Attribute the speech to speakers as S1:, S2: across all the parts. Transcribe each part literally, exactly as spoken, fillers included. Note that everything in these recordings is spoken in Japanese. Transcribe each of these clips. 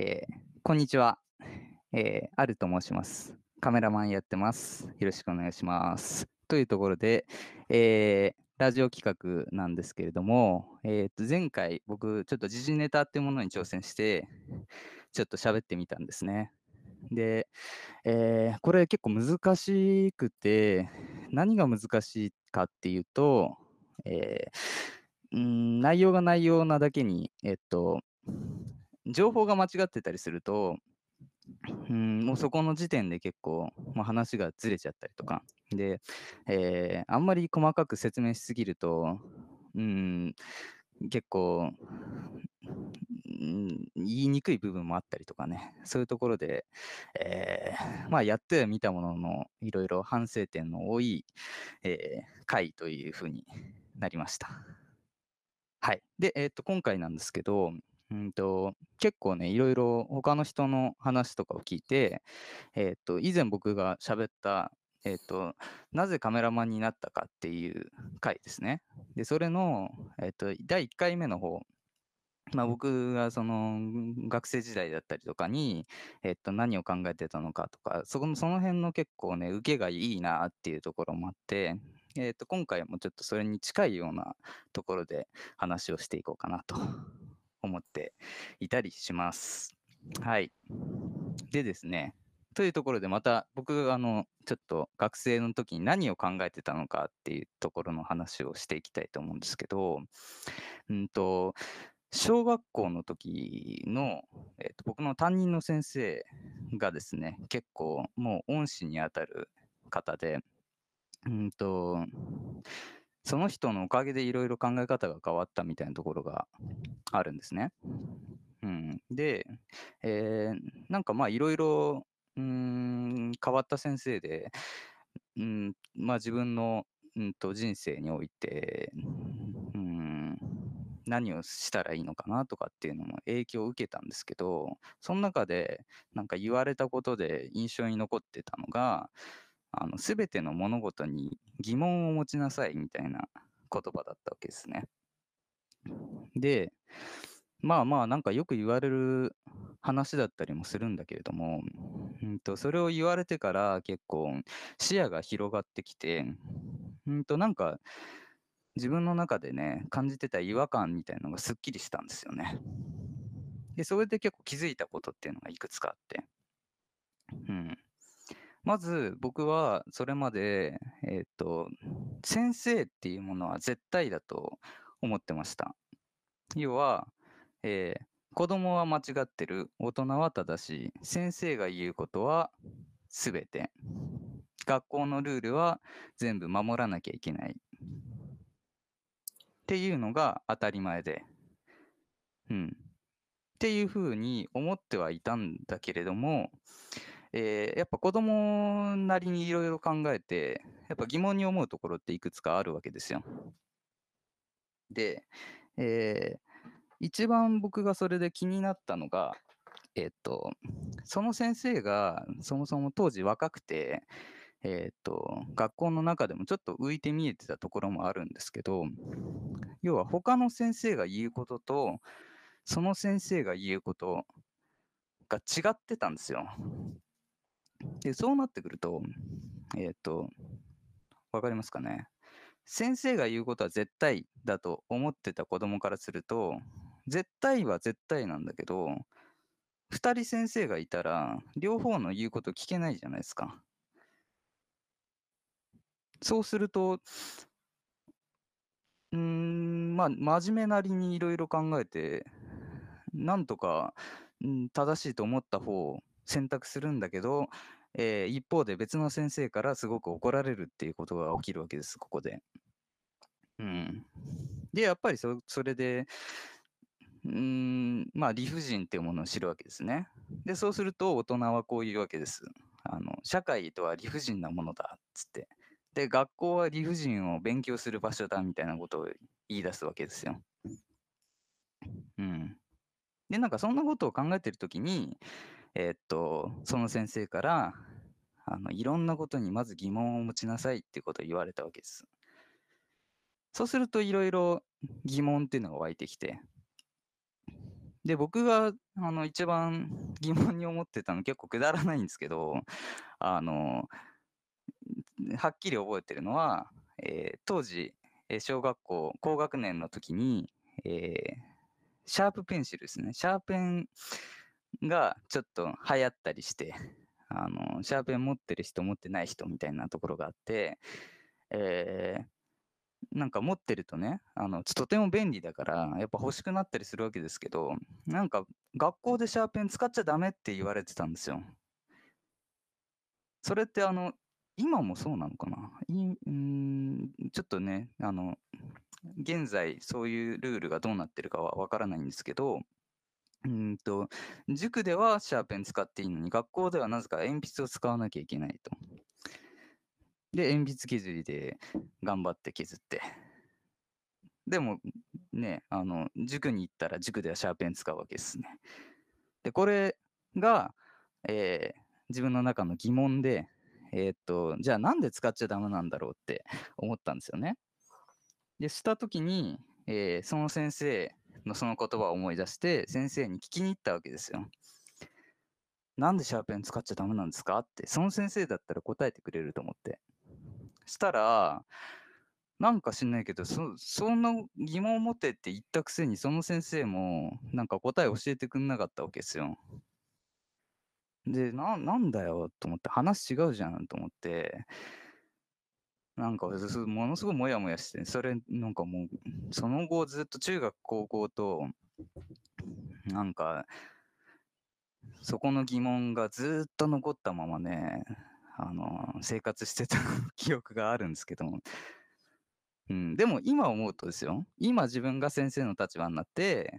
S1: えーこんにちは。えー、あると申します。カメラマンやってます。よろしくお願いします。というところで、えーラジオ企画なんですけれども、えーと、前回僕ちょっと時事ネタっていうものに挑戦して、ちょっと喋ってみたんですね。で、えーこれ結構難しくて、何が難しいかっていうと、えーうーん、内容が内容なだけに、えっと、情報が間違ってたりすると、うん、もうそこの時点で結構、まあ、話がずれちゃったりとか。で、えーあんまり細かく説明しすぎると、うん、結構、うん、言いにくい部分もあったりとかね、そういうところで、えーまあ、やってはみたものの、いろいろ反省点の多い、えー回というふうになりました。はい。で、えっと、今回なんですけど、うんと、結構ね、いろいろ他の人の話とかを聞いて、えっと、以前僕が喋った、えっと、なぜカメラマンになったかっていう回ですね。で、それの、えっと、だいいっかいめの方、まあ、僕がその学生時代だったりとかに、えっと、何を考えてたのかとか、そこのその辺の結構ね、受けがいいなっていうところもあって、えっと、今回もちょっとそれに近いようなところで話をしていこうかなと思っていたりします。はい。でですね、というところでまた僕あのちょっと学生の時に何を考えてたのかっていうところの話をしていきたいと思うんですけど、うんと小学校の時の、えっと、僕の担任の先生がですね、結構もう恩師にあたる方で、うんと、その人のおかげでいろいろ考え方が変わったみたいなところがあるんですね。うん、で、えーなんかまあいろいろ、うーん、変わった先生で、うん、まあ自分の、うんと、人生において、うん、何をしたらいいのかなとかっていうのも影響を受けたんですけど、その中でなんか言われたことで印象に残ってたのが、あの、すべての物事に疑問を持ちなさいみたいな言葉だったわけですね。で、まあまあ、なんかよく言われる話だったりもするんだけれども、うんと、それを言われてから結構視野が広がってきて、うんと、なんか自分の中でね、感じてた違和感みたいなのがすっきりしたんですよね。で、それで結構気づいたことっていうのがいくつかあって、うん。まず僕はそれまで、えっと、先生っていうものは絶対だと思ってました。要は、えー子供は間違ってる、大人は正しい、先生が言うことは全て、学校のルールは全部守らなきゃいけないっていうのが当たり前で、うん。っていうふうに思ってはいたんだけれども、えーやっぱ子供なりにいろいろ考えて、やっぱ疑問に思うところっていくつかあるわけですよ。で、えー一番僕がそれで気になったのが、えっと、その先生がそもそも当時若くて、えっと、学校の中でもちょっと浮いて見えてたところもあるんですけど、要は他の先生が言うことと、その先生が言うことが違ってたんですよ。で、そうなってくると、えっと、わかりますかね。先生が言うことは絶対だと思ってた子供からすると、絶対は絶対なんだけど、二人先生がいたら、両方の言うこと聞けないじゃないですか。そうすると、うーん、まあ、真面目なりにいろいろ考えて、なんとか、うん、正しいと思った方を選択するんだけど、えー一方で別の先生からすごく怒られるっていうことが起きるわけです、ここで。うん。で、やっぱりそそれで、うーん、まあ、理不尽っていうものを知るわけですね。で、そうすると大人はこう言うわけです。あの、社会とは理不尽なものだっつって。で、学校は理不尽を勉強する場所だみたいなことを言い出すわけですよ。うん。で、なんかそんなことを考えてるときに、えーっと、その先生から、あの、いろんなことにまず疑問を持ちなさいっていうことを言われたわけです。そうするといろいろ疑問っていうのが湧いてきて、 で、僕があの一番疑問に思ってたの結構くだらないんですけど、あの、はっきり覚えてるのは、えー当時、えー小学校高学年の時に、えーシャープペンシルですね。シャーペンがちょっと流行ったりして、あの、シャーペン持ってる人持ってない人みたいなところがあって、えーなんか持ってるとね、あの、とても便利だから、やっぱ欲しくなったりするわけですけど、なんか学校でシャーペン使っちゃダメって言われてたんですよ。それってあの、今もそうなのかな？いうーん、ちょっとね、あの、現在そういうルールがどうなってるかはわからないんですけど、うーんと、塾ではシャーペン使っていいのに、学校ではなぜか鉛筆を使わなきゃいけないと。で、鉛筆削りで頑張って削って。でも、ね、あの、塾に行ったら塾ではシャーペン使うわけですね。で、これが、えー自分の中の疑問で、えーっと、じゃあなんで使っちゃダメなんだろうって思ったんですよね。で、した時に、えーその先生のその言葉を思い出して、先生に聞きに行ったわけですよ。なんでシャーペン使っちゃダメなんですかって、その先生だったら答えてくれると思って。したら、なんか知んないけど、そそんな疑問を持ってって言ったくせに、その先生もなんか答え教えてくんなかったわけですよ。で、ななんだよと思って、話違うじゃんと思って、なんか、すものすごいモヤモヤして、それなんかもう、その後ずっと中学、高校と、なんか、そこの疑問がずっと残ったままね、あの、生活してた記憶があるんですけど、うん、でも今思うとですよ、今自分が先生の立場になって、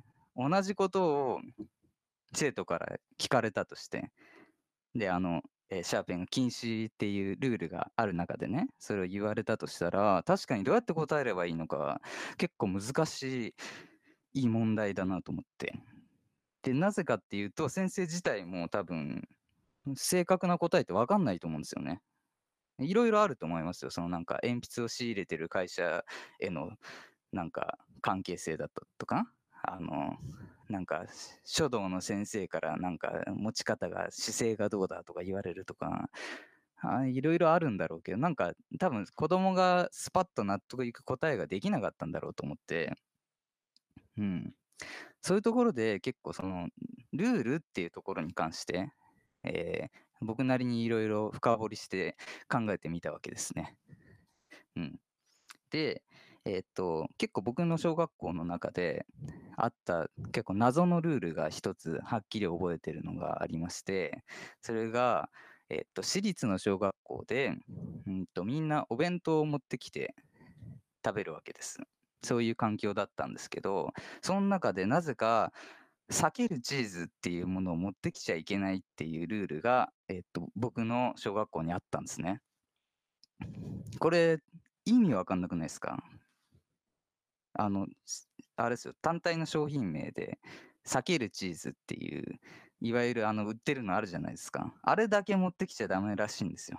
S1: 同じことを生徒から聞かれたとして、で、あの、えーシャーペンが禁止っていうルールがある中でね、それを言われたとしたら、確かにどうやって答えればいいのか、結構難しいいい問題だなと思って。で、なぜかっていうと、先生自体も多分、正確な答えって分かんないと思うんですよね。いろいろあると思いますよ。そのなんか鉛筆を仕入れてる会社へのなんか関係性だととか、あの、なんか書道の先生からなんか持ち方が姿勢がどうだとか言われるとか、あ、いろいろあるんだろうけど、なんか多分子供がスパッと納得いく答えができなかったんだろうと思って、うん。そういうところで結構そのルールっていうところに関して、えー僕なりにいろいろ深掘りして考えてみたわけですね。うん。で、えーっと、結構僕の小学校の中であった結構謎のルールが一つはっきり覚えてるのがありまして、それが、えーっと、私立の小学校で、うんと、みんなお弁当を持ってきて食べるわけです。そういう環境だったんですけど、その中でなぜか避けるチーズっていうものを持ってきちゃいけないっていうルールが、えっと、僕の小学校にあったんですね。これ、意味わかんなくないですか？あの、すあれですよ、単体の商品名で、避けるチーズっていう、いわゆるあの売ってるのあるじゃないですか。あれだけ持ってきちゃダメらしいんですよ。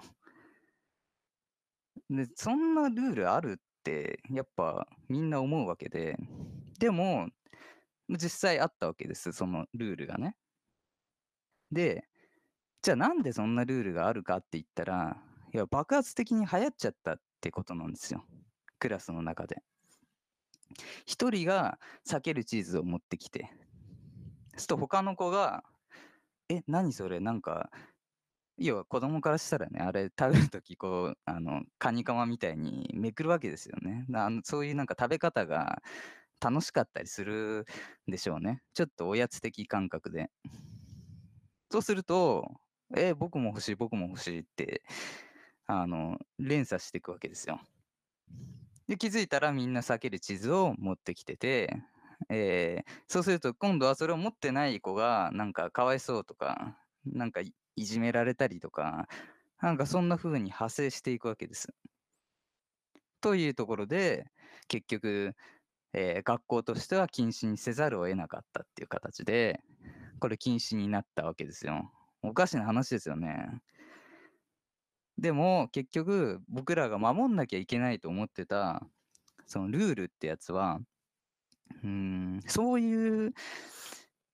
S1: で、そんなルールあるってやっぱみんな思うわけで、でも、実際あったわけです、そのルールがね。で、じゃあなんでそんなルールがあるかって言ったら、いや、爆発的に流行っちゃったってことなんですよ。クラスの中で。一人が避けるチーズを持ってきて、そうすると他の子が、え、何それ、なんか、要は子供からしたらね、あれ食べる時こう、あの、カニカマみたいにめくるわけですよね。なあの、そういうなんか食べ方が楽しかったりするんでしょうね。ちょっとおやつ的感覚で。そうすると、え、僕も欲しい、僕も欲しいって、あの、連鎖していくわけですよ。で、気づいたらみんな避ける地図を持ってきてて、えーそうすると今度はそれを持ってない子がなんかかわいそうとか、なんかいいじめられたりとか、なんかそんな風に派生していくわけです。というところで、結局、えー学校としては禁止にせざるを得なかったっていう形で、これ禁止になったわけですよ。おかしな話ですよね。でも結局僕らが守んなきゃいけないと思ってた、そのルールってやつは、うーん、そういう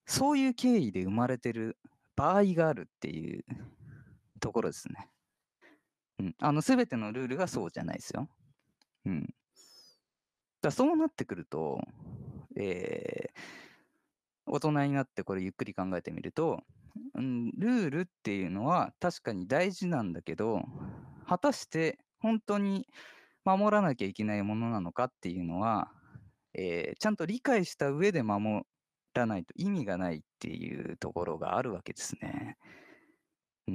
S1: そういう経緯で生まれてる場合があるっていうところですね。うん。あの、全てのルールがそうじゃないですよ。うん。だ、そうなってくると、ええ大人になってこれゆっくり考えてみると、うん、ルールっていうのは確かに大事なんだけど、果たして本当に守らなきゃいけないものなのかっていうのは、えーちゃんと理解した上で守らないと意味がないっていうところがあるわけですね。うん。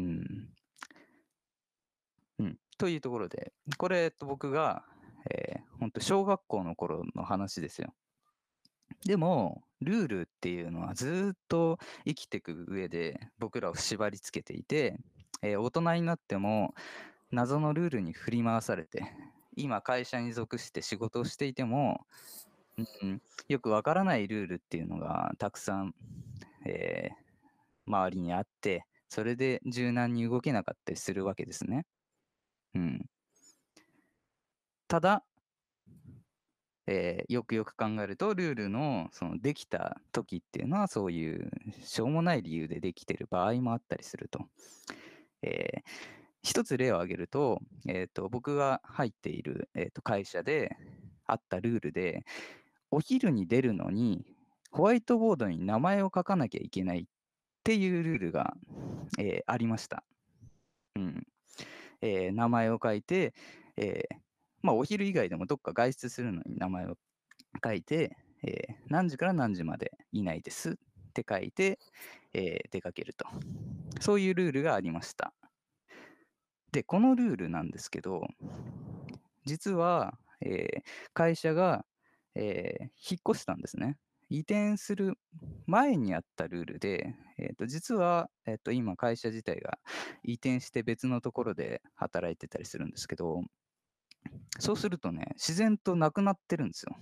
S1: うん。というところで、これ、えっと、僕が、えー、ほんと小学校の頃の話ですよ。でも、ルールっていうのはずーっと生きてく上で、僕らを縛り付けていて、えー大人になっても謎のルールに振り回されて、今会社に属して仕事をしていても、うん、よくわからないルールっていうのがたくさん、えー周りにあって、それで柔軟に動けなかったりするわけですね。うん。ただ、えーよくよく考えると、ルールのそのできた時っていうのは、そういうしょうもない理由でできてる場合もあったりすると。えー一つ例を挙げると、えっと、僕が入っている、えっと、会社であったルールで、お昼に出るのに、ホワイトボードに名前を書かなきゃいけないっていうルールが、えーありました。うん。えー名前を書いて、えーまあ、お昼以外でもどっか外出するのに名前を書いて、えー何時から何時まで以内ですって書いて、えー出かけると。そういうルールがありました。で、このルールなんですけど、実は、えー会社が、えー引っ越したんですね。移転する前にあったルールで、えーと、実は、えーと、今会社自体が移転して別のところで働いてたりするんですけど、そうするとね、自然となくなってるんですよ。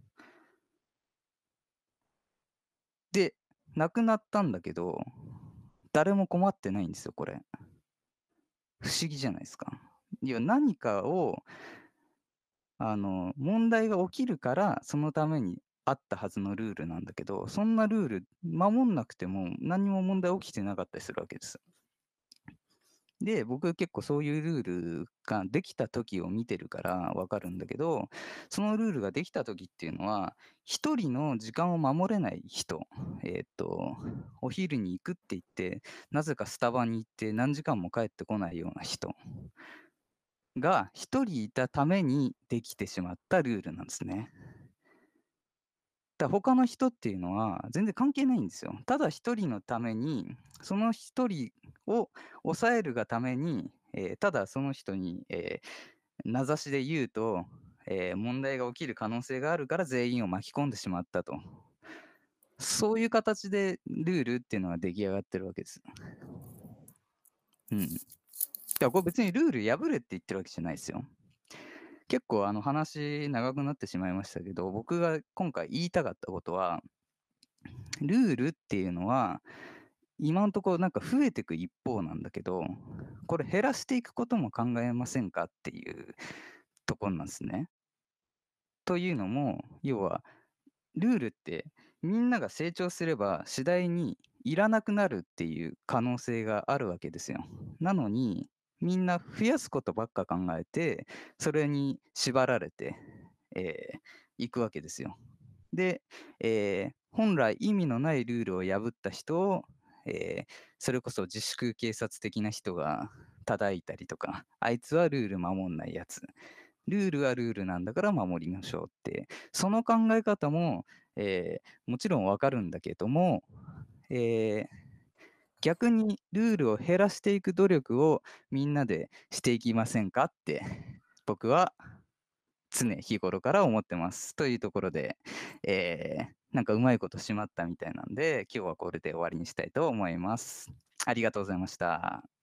S1: で、なくなったんだけど、誰も困ってないんですよ、これ。不思議じゃないですか。いや、何かを、あの、問題が起きるから、そのためにあったはずのルールなんだけど、そんなルール守んなくても、何にも問題起きてなかったりするわけです。で、僕結構そういうルールができた時を見てるから分かるんだけど、そのルールができた時っていうのは、一人の時間を守れない人、えーっと、お昼に行くって言って、なぜかスタバに行って何時間も帰ってこないような人が一人いたためにできてしまったルールなんですね。だ、他の人っていうのは全然関係ないんですよ。ただ一人のために、その一人を抑えるがために、えーただその人に、えー名指しで言うと、えー問題が起きる可能性があるから全員を巻き込んでしまったと。そういう形でルールっていうのは出来上がってるわけです。うん。だからこれ別にルール破れって言ってるわけじゃないですよ。結構あの話長くなってしまいましたけど、僕が今回言いたかったことは、ルールっていうのは、今んところなんか増えてく一方なんだけど、これ減らしていくことも考えませんかっていうところなんですね。というのも、要はルールってみんなが成長すれば次第にいらなくなるっていう可能性があるわけですよ。なのに、みんな増やすことばっか考えて、それに縛られて、えーいくわけですよ。で、えー本来意味のないルールを破った人を、えーそれこそ自粛警察的な人が叩いたりとか、あいつはルール守んないやつ。ルールはルールなんだから守りましょうって、その考え方も、えーもちろんわかるんだけども、えー逆にルールを減らしていく努力をみんなでしていきませんかって、僕は常日頃から思ってます。というところで、えーなんかうまいことしまったみたいなんで、今日はこれで終わりにしたいと思います。ありがとうございました。